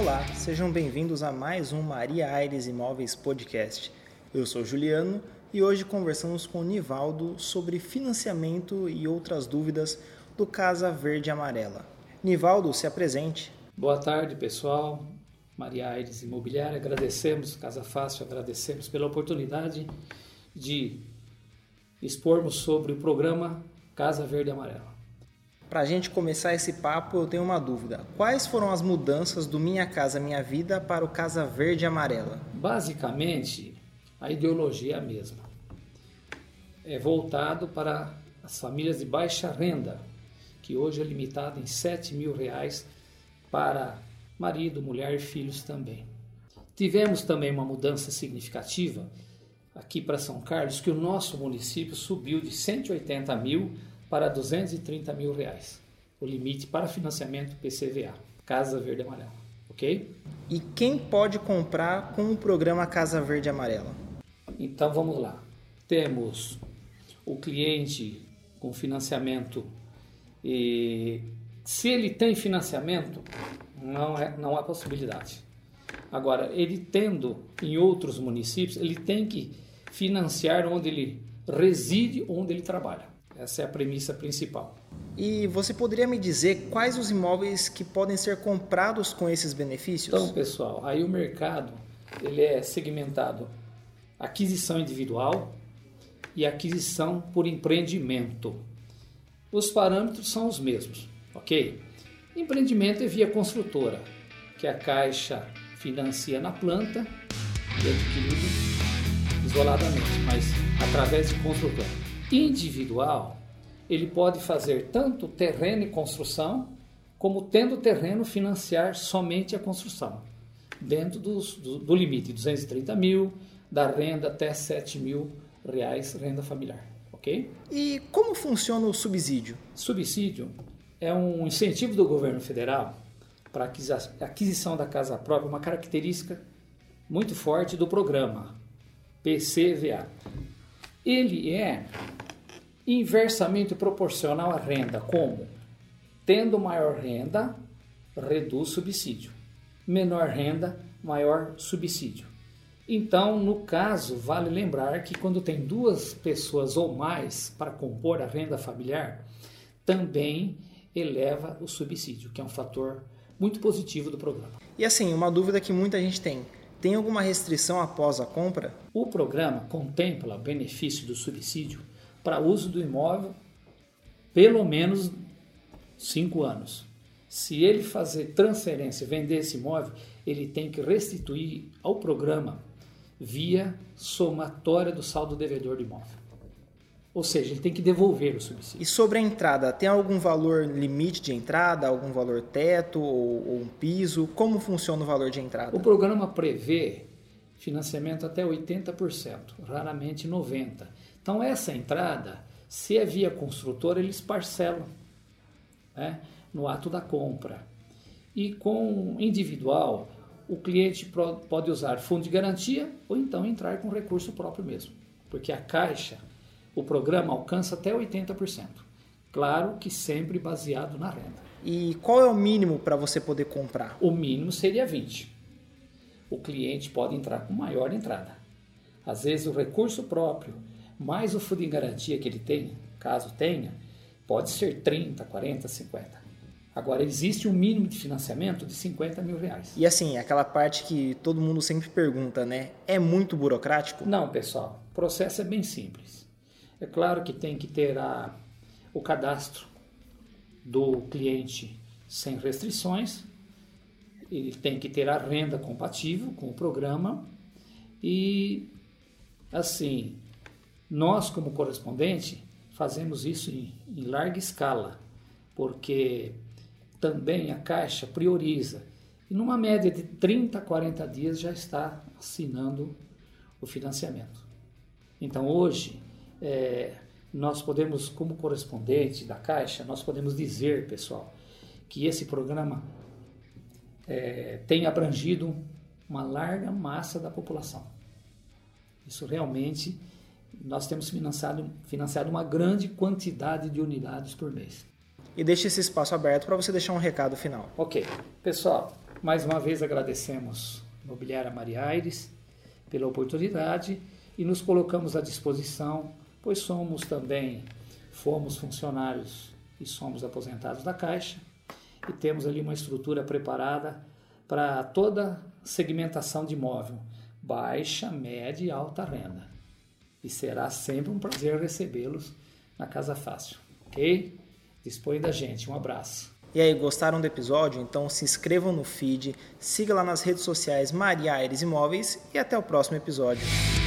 Olá, sejam bem-vindos a mais um Maria Aires Imóveis Podcast. Eu sou Juliano e hoje conversamos com o Nivaldo sobre financiamento e outras dúvidas do Casa Verde e Amarela. Nivaldo, se apresente. Boa tarde, pessoal. Maria Aires Imobiliária, agradecemos, Casa Fácil, agradecemos pela oportunidade de expormos sobre o programa Casa Verde e Amarela. Para a gente começar esse papo, eu tenho uma dúvida. Quais foram as mudanças do Minha Casa Minha Vida para o Casa Verde e Amarela? Basicamente, a ideologia é a mesma. É voltado para as famílias de baixa renda, que hoje é limitado em R$7.000 para marido, mulher e filhos também. Tivemos também uma mudança significativa aqui para São Carlos, que o nosso município subiu de R$180 mil para R$230 mil, o limite para financiamento PCVA, Casa Verde e Amarela, ok? E quem pode comprar com o programa Casa Verde e Amarela? Então vamos lá. Temos o cliente com financiamento e se ele tem financiamento, não há possibilidade. Agora, ele tendo em outros municípios, ele tem que financiar onde ele reside, onde ele trabalha. Essa é a premissa principal. E você poderia me dizer quais os imóveis que podem ser comprados com esses benefícios? Então, pessoal, aí o mercado ele é segmentado aquisição individual e aquisição por empreendimento. Os parâmetros são os mesmos, ok? Empreendimento é via construtora, que a Caixa financia na planta e é adquirido isoladamente, mas através de construtora. Individual, ele pode fazer tanto terreno e construção, como tendo terreno financiar somente a construção, dentro do limite de 230 mil, da renda até R$7.000, renda familiar, ok? E como funciona o subsídio? Subsídio é um incentivo do governo federal para a aquisição da casa própria, uma característica muito forte do programa PCVA. Ele é inversamente proporcional à renda, como? Tendo maior renda, reduz subsídio. Menor renda, maior subsídio. Então, no caso, vale lembrar que quando tem duas pessoas ou mais para compor a renda familiar, também eleva o subsídio, que é um fator muito positivo do programa. E assim, uma dúvida que muita gente tem. Tem alguma restrição após a compra? O programa contempla o benefício do subsídio para uso do imóvel pelo menos 5 anos. Se ele fazer transferência e vender esse imóvel, ele tem que restituir ao programa via somatória do saldo devedor do imóvel. Ou seja, ele tem que devolver o subsídio. E sobre a entrada, tem algum valor limite de entrada, algum valor teto ou um piso? Como funciona o valor de entrada? O programa prevê financiamento até 80%, raramente 90%. Então essa entrada, se é via construtora, eles parcelam, né, no ato da compra. E com individual, o cliente pode usar fundo de garantia ou então entrar com recurso próprio mesmo. Porque a Caixa, o programa alcança até 80%. Claro que sempre baseado na renda. E qual é o mínimo para você poder comprar? O mínimo seria 20%. O cliente pode entrar com maior entrada. Às vezes o recurso próprio, mais o fundo de garantia que ele tem, caso tenha, pode ser 30, 40, 50. Agora, existe um mínimo de financiamento de R$50 mil. E assim, aquela parte que todo mundo sempre pergunta, né? É muito burocrático? Não, pessoal. O processo é bem simples. É claro que tem que ter o cadastro do cliente sem restrições, ele tem que ter a renda compatível com o programa e, assim, nós como correspondente fazemos isso em larga escala, porque também a Caixa prioriza e numa média de 30 a 40 dias já está assinando o financiamento. Então hoje nós podemos, como correspondente da Caixa, nós podemos dizer, pessoal, que esse programa tem abrangido uma larga massa da população. Isso realmente, nós temos financiado uma grande quantidade de unidades por mês. E deixe esse espaço aberto para você deixar um recado final. Ok. Pessoal, Mais uma vez agradecemos Imobiliária Maria Aires pela oportunidade e nos colocamos à disposição, pois fomos funcionários e somos aposentados da Caixa e temos ali uma estrutura preparada para toda segmentação de imóvel, baixa, média e alta renda. E será sempre um prazer recebê-los na Casa Fácil, ok? Dispõe da gente, um abraço. E aí, gostaram do episódio? Então se inscrevam no feed, siga lá nas redes sociais Maria Aires Imóveis e até o próximo episódio.